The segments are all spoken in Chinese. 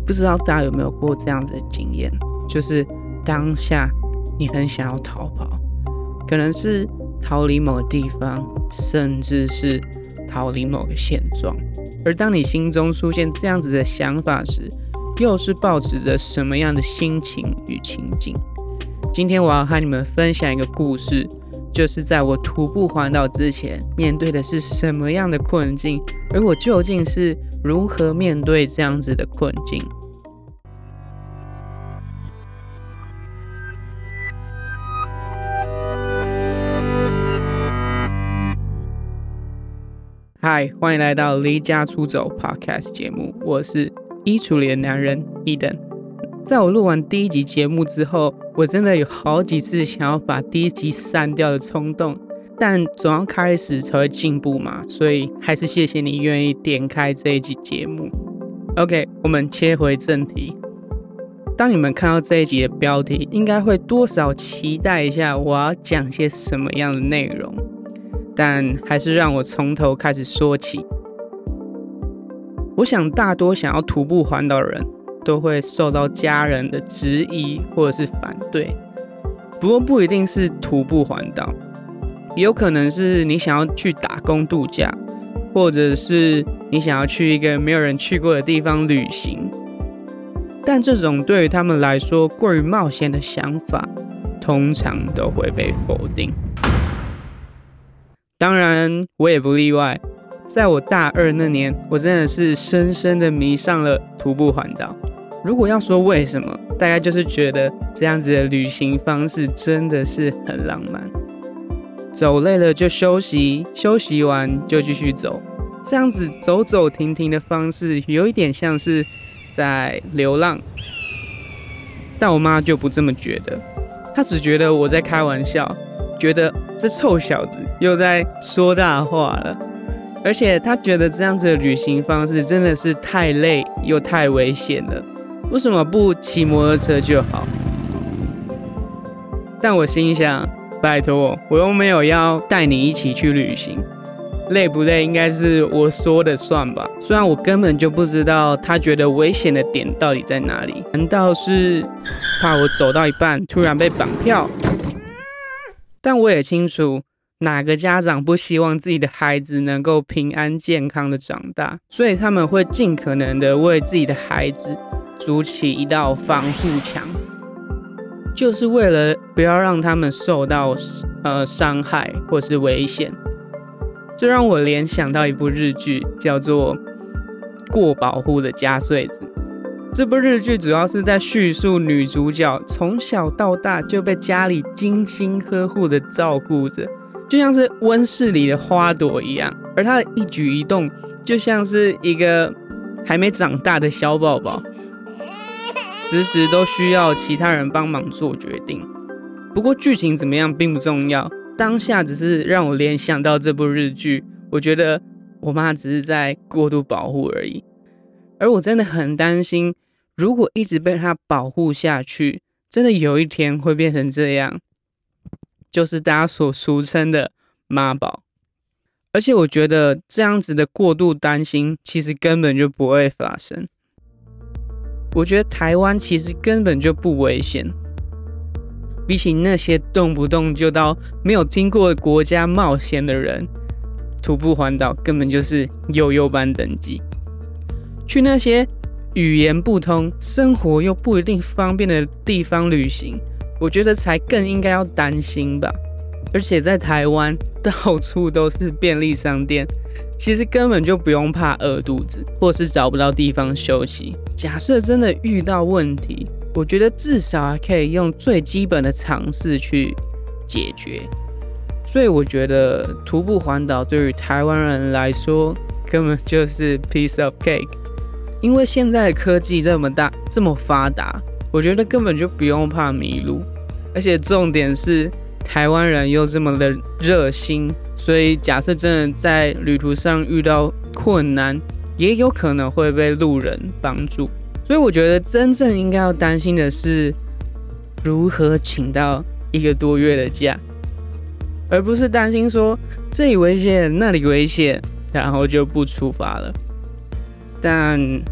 不知道大家有没有过这样子的经验，就是当下你很想要逃跑，可能是逃离某个地方，甚至是逃离某个现状。而当你心中出现这样子的想法时，又是抱持着什么样的心情与情境？今天我要和你们分享一个故事，就是在我徒步环岛之前，面对的是什么样的困境，而我究竟是如何面对这样子的困境。嗨，欢迎来到离家出走 Podcast 节目，我是衣橱里的男人Eden。在我录完第一集节目之后，我真的有好几次想要把第一集删掉的冲动，但总要开始才会进步嘛，所以还是谢谢你愿意点开这一集节目。OK， 我们切回正题。当你们看到这一集的标题，应该会多少期待一下我要讲些什么样的内容，但还是让我从头开始说起。我想大多想要徒步环岛的人都会受到家人的质疑或者是反对，不过不一定是徒步环岛，也有可能是你想要去打工度假，或者是你想要去一个没有人去过的地方旅行。但这种对于他们来说过于冒险的想法，通常都会被否定。当然，我也不例外。在我大二那年，我真的是深深的迷上了徒步环岛。如果要说为什么，大概就是觉得这样子的旅行方式真的是很浪漫。走累了就休息，休息完就继续走，这样子走走停停的方式，有一点像是在流浪。但我妈就不这么觉得，她只觉得我在开玩笑，觉得这臭小子又在说大话了。而且她觉得这样子的旅行方式真的是太累又太危险了，为什么不骑摩托车就好？但我心想，拜托，我又没有要带你一起去旅行，累不累应该是我说的算吧。虽然我根本就不知道他觉得危险的点到底在哪里，难道是怕我走到一半突然被绑票？但我也清楚，哪个家长不希望自己的孩子能够平安健康的长大，所以他们会尽可能的为自己的孩子筑起一道防护墙，就是为了不要让他们受到伤害或是危险。这让我联想到一部日剧，叫做《过保护的家穗子》。这部日剧主要是在叙述女主角从小到大就被家里精心呵护的照顾着，就像是温室里的花朵一样，而她的一举一动就像是一个还没长大的小宝宝，时时都需要其他人帮忙做决定。不过剧情怎么样并不重要，当下只是让我联想到这部日剧，我觉得我妈只是在过度保护而已。而我真的很担心，如果一直被她保护下去，真的有一天会变成这样，就是大家所俗称的妈宝。而且我觉得这样子的过度担心其实根本就不会发生。我觉得台湾其实根本就不危险，比起那些动不动就到没有听过的国家冒险的人，徒步环岛根本就是悠悠班等级。去那些语言不通、生活又不一定方便的地方旅行，我觉得才更应该要担心吧。而且在台湾到处都是便利商店，其实根本就不用怕饿肚子，或是找不到地方休息。假设真的遇到问题，我觉得至少还可以用最基本的常识去解决。所以我觉得徒步环岛对于台湾人来说根本就是 piece of cake。 因为现在的科技这么大这么发达，我觉得根本就不用怕迷路。而且重点是台湾人又这么的热心，所以假设真的在旅途上遇到困难，也有可能会被路人帮助。所以我觉得真正应该要担心的是如何请到1个多月的假，而不是担心说这里危险那里危险，然后就不出发了。但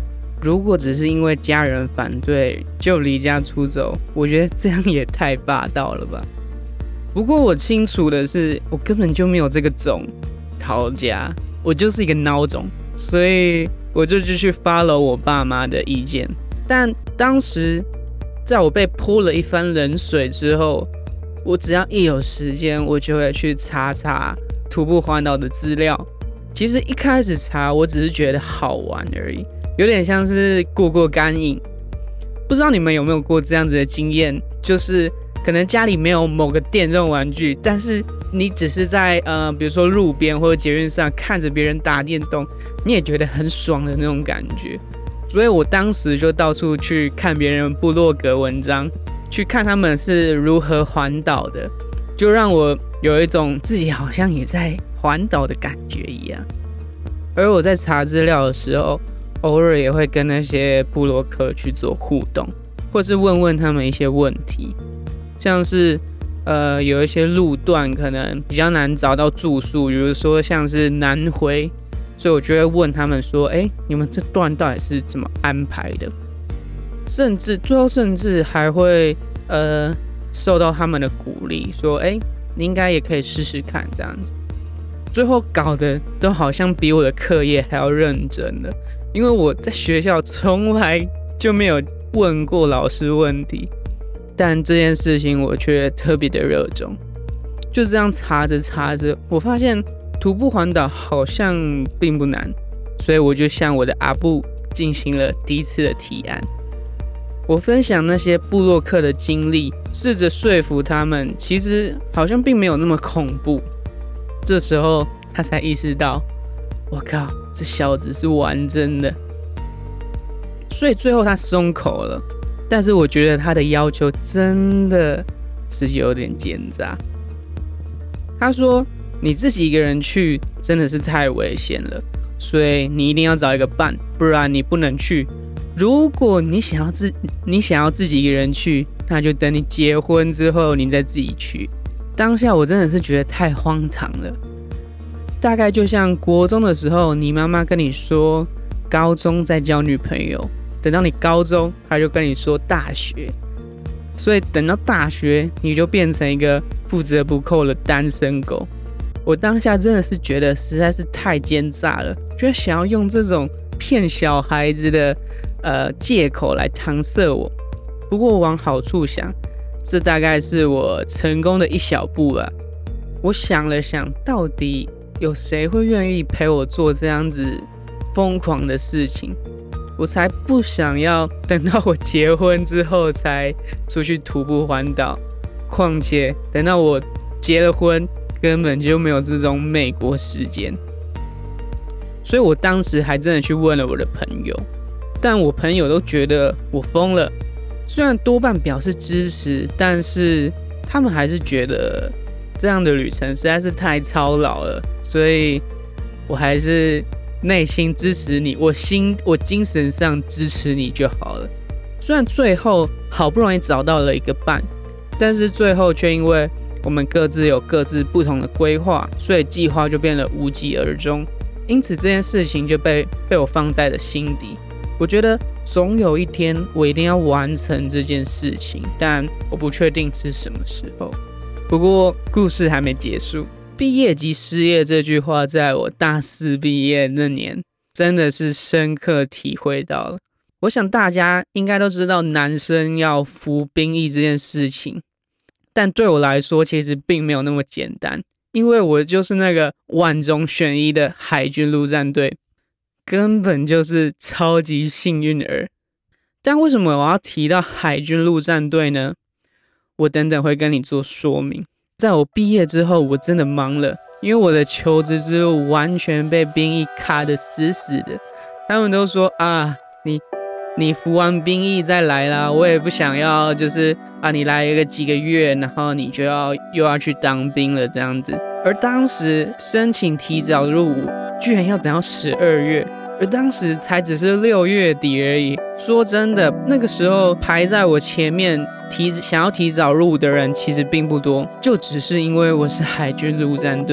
如果只是因为家人反对就离家出走，我觉得这样也太霸道了吧。不过我清楚的是，我根本就没有这个种逃家，我就是一个孬种，所以我就继续 follow 我爸妈的意见。但当时在我被泼了一番冷水之后，我只要一有时间，我就会去查徒步环岛的资料。其实一开始查，我只是觉得好玩而已，有点像是过干瘾。不知道你们有没有过这样子的经验，就是可能家里没有某个电动玩具，但是你只是在比如说路边或者捷运上看着别人打电动，你也觉得很爽的那种感觉。所以我当时就到处去看别人部落格文章，去看他们是如何环岛的，就让我有一种自己好像也在环岛的感觉一样。而我在查资料的时候，偶尔也会跟那些部落客去做互动，或是问他们一些问题，像是有一些路段可能比较难找到住宿，比如说像是南回，所以我就会问他们说，你们这段到底是怎么安排的？最后甚至还会受到他们的鼓励，说你应该也可以试试看这样子。最后搞得都好像比我的课业还要认真了，因为我在学校从来就没有问过老师问题，但这件事情我却特别的热衷。就这样查着，我发现徒步环岛好像并不难，所以我就向我的阿布进行了第一次的提案。我分享那些部落客的经历，试着说服他们，其实好像并没有那么恐怖。这时候他才意识到，我靠，这小子是玩真的。所以最后他松口了，但是我觉得他的要求真的是有点奸诈。他说，你自己一个人去真的是太危险了，所以你一定要找一个伴，不然你不能去。如果你想要自己一个人去，那就等你结婚之后你再自己去。当下我真的是觉得太荒唐了，大概就像国中的时候，你妈妈跟你说高中再交女朋友，等到你高中，她就跟你说大学，所以等到大学，你就变成一个不折不扣的单身狗。我当下真的是觉得实在是太奸诈了，就想要用这种骗小孩子的借口来搪塞我。不过往好处想，这大概是我成功的一小步吧。我想了想，到底有谁会愿意陪我做这样子疯狂的事情？我才不想要等到我结婚之后才出去徒步环岛。况且等到我结了婚，根本就没有这种美国时间。所以我当时还真的去问了我的朋友，但我朋友都觉得我疯了。虽然多半表示支持，但是他们还是觉得这样的旅程实在是太操劳了，所以我还是内心支持你，我精神上支持你就好了。虽然最后好不容易找到了一个伴，但是最后却因为我们各自有各自不同的规划，所以计划就变得无疾而终。因此这件事情就被我放在了心底。我觉得总有一天我一定要完成这件事情，但我不确定是什么时候。不过故事还没结束，毕业即失业这句话在我大四毕业那年真的是深刻体会到了。我想大家应该都知道男生要服兵役这件事情，但对我来说其实并没有那么简单，因为我就是那个万中选一的海军陆战队，根本就是超级幸运儿。但为什么我要提到海军陆战队呢？我等等会跟你做说明。在我毕业之后，我真的忙了，因为我的求职之路完全被兵役卡得死死的。他们都说啊，你服完兵役再来啦，我也不想要，就是你来一个几个月，然后你就又要去当兵了这样子。而当时申请提早入伍，居然要等到12月，而当时才只是6月底而已。说真的，那个时候排在我前面想要提早入伍的人其实并不多，就只是因为我是海军陆战队，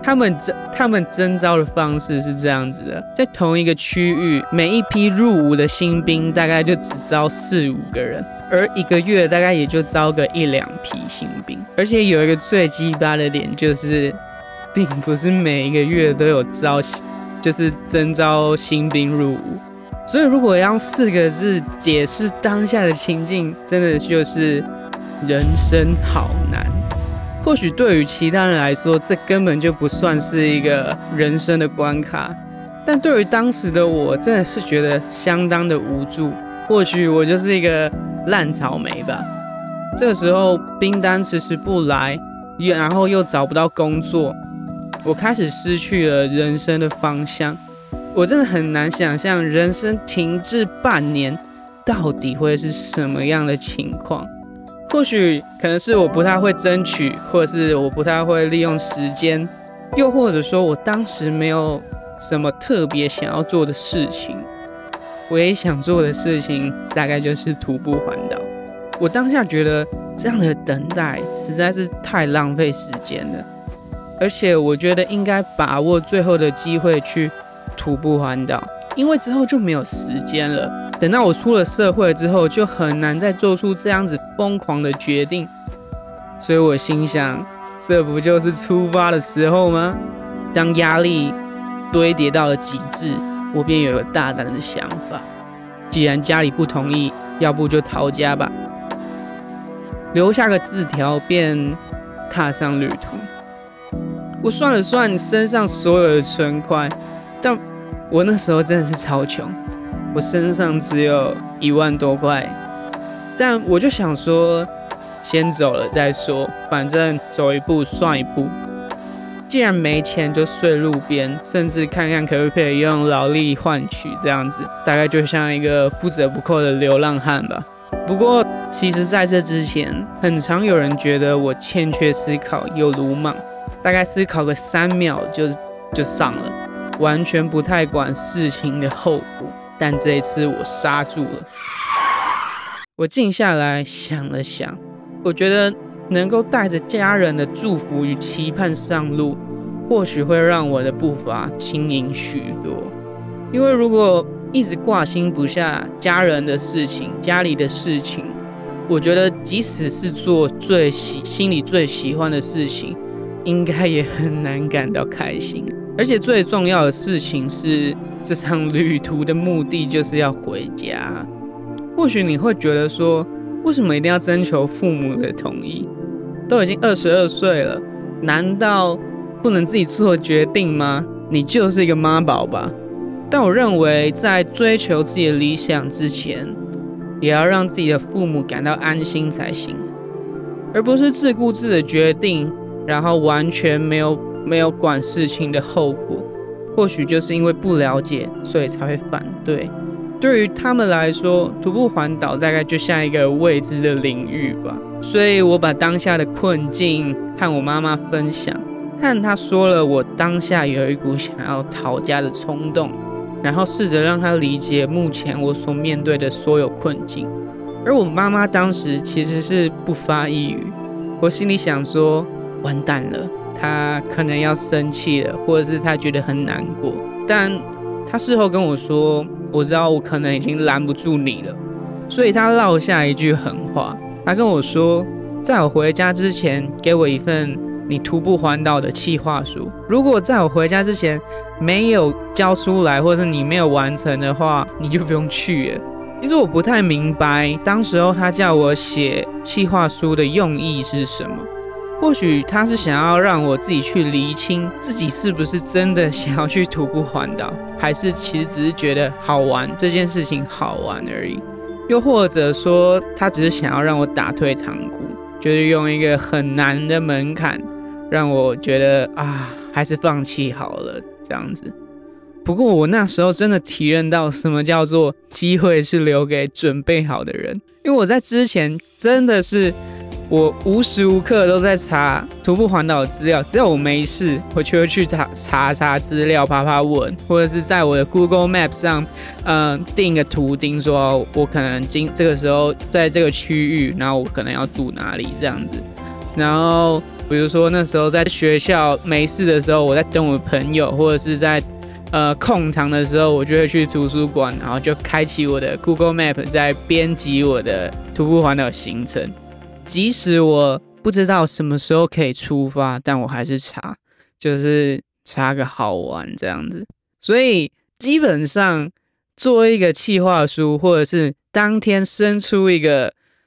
他们征召的方式是这样子的，在同一个区域，每一批入伍的新兵大概就只招4-5个人，而一个月大概也就招个1-2批新兵。而且有一个最鸡巴的点就是，并不是每一个月都有就是征召新兵入伍。所以如果要用4个字解释当下的情境，真的就是人生好难。或许对于其他人来说，这根本就不算是一个人生的关卡，但对于当时的我，真的是觉得相当的无助。或许我就是一个烂草莓吧。这个时候兵单迟迟不来，然后又找不到工作，我开始失去了人生的方向。我真的很难想象人生停滞半年到底会是什么样的情况。或许可能是我不太会争取，或者是我不太会利用时间，又或者说我当时没有什么特别想要做的事情。唯一想做的事情大概就是徒步环岛。我当下觉得这样的等待实在是太浪费时间了，而且我觉得应该把握最后的机会去徒步环岛，因为之后就没有时间了。等到我出了社会之后，就很难再做出这样子疯狂的决定。所以我心想，这不就是出发的时候吗？当压力堆叠到了极致，我便有了大胆的想法，既然家里不同意，要不就逃家吧。留下个字条，便踏上旅途。我算了算身上所有的存款，但我那时候真的是超穷，我身上只有1万多块。但我就想说，先走了再说，反正走一步算一步。既然没钱，就睡路边，甚至看看可不可以用劳力换取，这样子大概就像一个不折不扣的流浪汉吧。不过其实在这之前，很常有人觉得我欠缺思考又鲁莽，大概思考个3秒就上了，完全不太管事情的后果。但这一次我刹住了，我静下来想了想，我觉得能够带着家人的祝福与期盼上路，或许会让我的步伐轻盈许多。因为如果一直挂心不下家人的事情、家里的事情，我觉得即使是做心里最喜欢的事情，应该也很难感到开心。而且最重要的事情是，这场旅途的目的就是要回家。或许你会觉得说，为什么一定要征求父母的同意？都已经22岁了，难道不能自己做决定吗？你就是一个妈宝吧。但我认为，在追求自己的理想之前，也要让自己的父母感到安心才行，而不是自顾自的决定，然后完全没有管事情的后果。或许就是因为不了解，所以才会反对。对于他们来说，徒步环岛大概就像一个未知的领域吧。所以我把当下的困境和我妈妈分享，和她说了我当下有一股想要逃家的冲动，然后试着让她理解目前我所面对的所有困境。而我妈妈当时其实是不发一语，我心里想说，完蛋了，她可能要生气了，或者是她觉得很难过。但她事后跟我说，我知道我可能已经拦不住你了，所以她撂下一句狠话，她跟我说，在我回家之前，给我一份你徒步环岛的企划书。如果在我回家之前没有交出来，或者是你没有完成的话，你就不用去了。其实我不太明白，当时候他叫我写企划书的用意是什么。或许他是想要让我自己去厘清自己是不是真的想要去徒步环岛，还是其实只是觉得好玩，这件事情好玩而已。又或者说他只是想要让我打退堂鼓，就是用一个很难的门槛让我觉得还是放弃好了这样子。不过我那时候真的体认到什么叫做机会是留给准备好的人，因为我在之前真的是我无时无刻都在查徒步环岛的资料，只要我没事，我就会去查资料、爬文，或者是在我的 Google Map 上，定一个图钉，说我可能这个时候在这个区域，然后我可能要住哪里这样子。然后比如说那时候在学校没事的时候，我在等我朋友，或者是在空堂的时候，我就会去图书馆，然后就开启我的 Google Map， 在编辑我的徒步环岛行程。即使我不知道什么时候可以出发，但我还是查，就是查个好玩这样子。所以基本上做一个企划书，或者是当天生出一个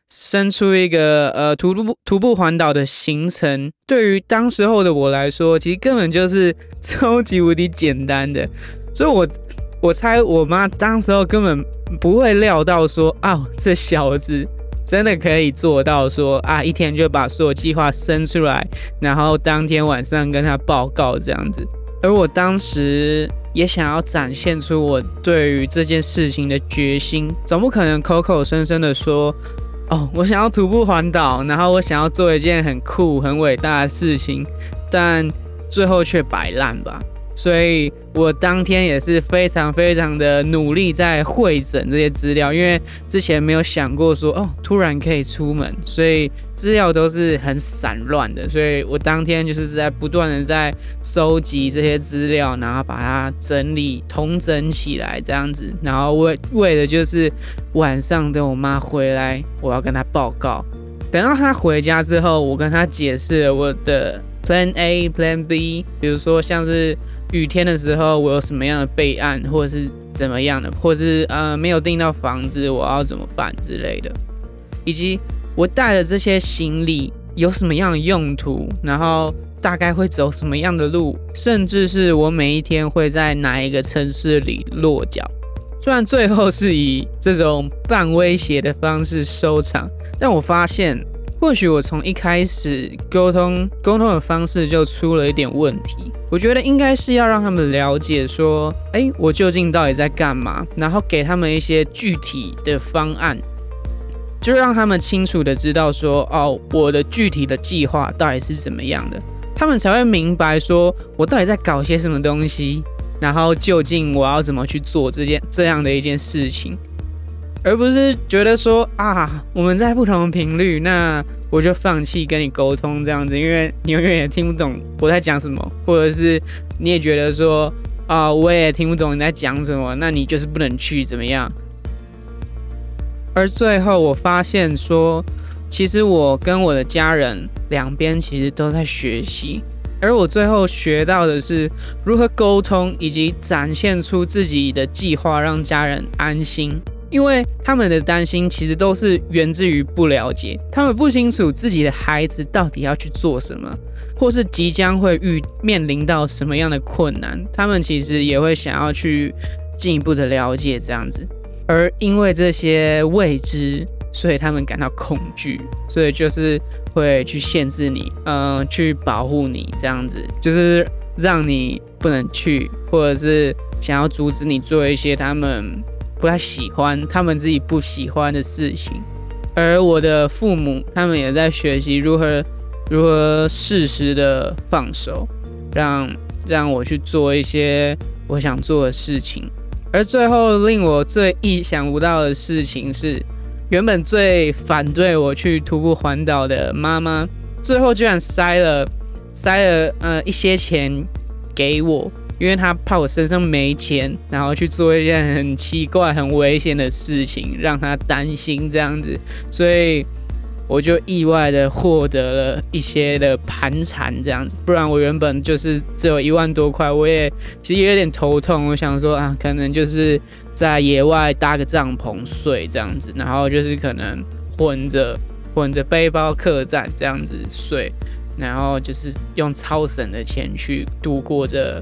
徒步环岛的行程，对于当时候的我来说，其实根本就是超级无敌简单的。所以我猜我妈当时候根本不会料到说，这小子真的可以做到说一天就把所有计划生出来，然后当天晚上跟他报告这样子。而我当时也想要展现出我对于这件事情的决心，总不可能口口声声的说我想要徒步环岛，然后我想要做一件很酷很伟大的事情，但最后却摆烂吧。所以我当天也是非常非常的努力在汇整这些资料，因为之前没有想过说突然可以出门，所以资料都是很散乱的。所以我当天就是在不断的在收集这些资料，然后把它整理统整起来这样子，然后为的就是晚上等我妈回来，我要跟她报告。等到她回家之后，我跟她解释了我的 Plan A、Plan B， 比如说像是雨天的时候我有什么样的备案，或者是怎么样的，或者是没有订到房子我要怎么办之类的，以及我带的这些行李有什么样的用途，然后大概会走什么样的路，甚至是我每一天会在哪一个城市里落脚。虽然最后是以这种半威胁的方式收场，但我发现或许我从一开始沟通的方式就出了一点问题。我觉得应该是要让他们了解说我究竟到底在干嘛，然后给他们一些具体的方案，就让他们清楚的知道说我的具体的计划到底是怎么样的，他们才会明白说我到底在搞些什么东西，然后究竟我要怎么去做这样的一件事情，而不是觉得说我们在不同的频率，那我就放弃跟你沟通这样子，因为你永远也听不懂我在讲什么，或者是你也觉得说我也听不懂你在讲什么，那你就是不能去怎么样。而最后我发现说，其实我跟我的家人两边其实都在学习，而我最后学到的是如何沟通，以及展现出自己的计划，让家人安心。因为他们的担心其实都是源自于不了解，他们不清楚自己的孩子到底要去做什么，或是即将会面临到什么样的困难，他们其实也会想要去进一步的了解这样子。而因为这些未知，所以他们感到恐惧，所以就是会去限制你，去保护你这样子，就是让你不能去，或者是想要阻止你做一些他们不太喜欢，他们自己不喜欢的事情。而我的父母他们也在学习如何适时的放手，让我去做一些我想做的事情。而最后令我最意想不到的事情是，原本最反对我去徒步环岛的妈妈，最后居然塞了一些钱给我，因为他怕我身上没钱，然后去做一件很奇怪很危险的事情，让他担心这样子，所以我就意外的获得了一些的盘缠这样子。不然我原本就是只有1万多块，我也其实有点头痛，我想说可能就是在野外搭个帐篷睡这样子，然后就是可能混着背包客栈这样子睡，然后就是用超省的钱去度过这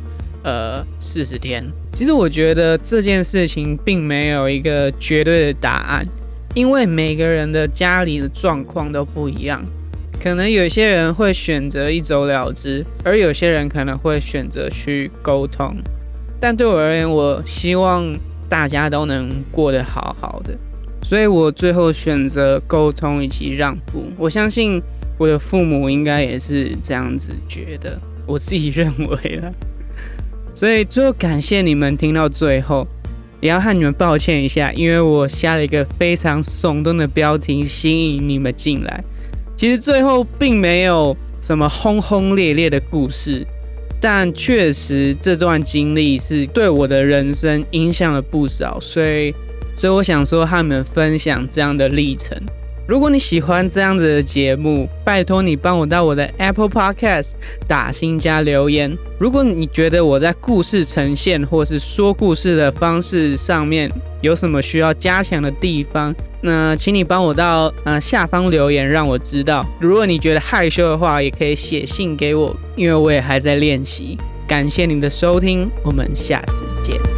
40天。其实我觉得这件事情并没有一个绝对的答案，因为每个人的家里的状况都不一样，可能有些人会选择一走了之，而有些人可能会选择去沟通。但对我而言，我希望大家都能过得好好的，所以我最后选择沟通以及让步。我相信我的父母应该也是这样子觉得，我自己认为啦。所以最后感谢你们听到最后，也要和你们抱歉一下，因为我下了一个非常耸动的标题吸引你们进来，其实最后并没有什么轰轰烈烈的故事，但确实这段经历是对我的人生影响了不少，所以我想说和你们分享这样的历程。如果你喜欢这样子的节目，拜托你帮我到我的 Apple Podcast 打星加留言。如果你觉得我在故事呈现或是说故事的方式上面有什么需要加强的地方，那请你帮我到下方留言让我知道。如果你觉得害羞的话，也可以写信给我，因为我也还在练习。感谢您的收听，我们下次见。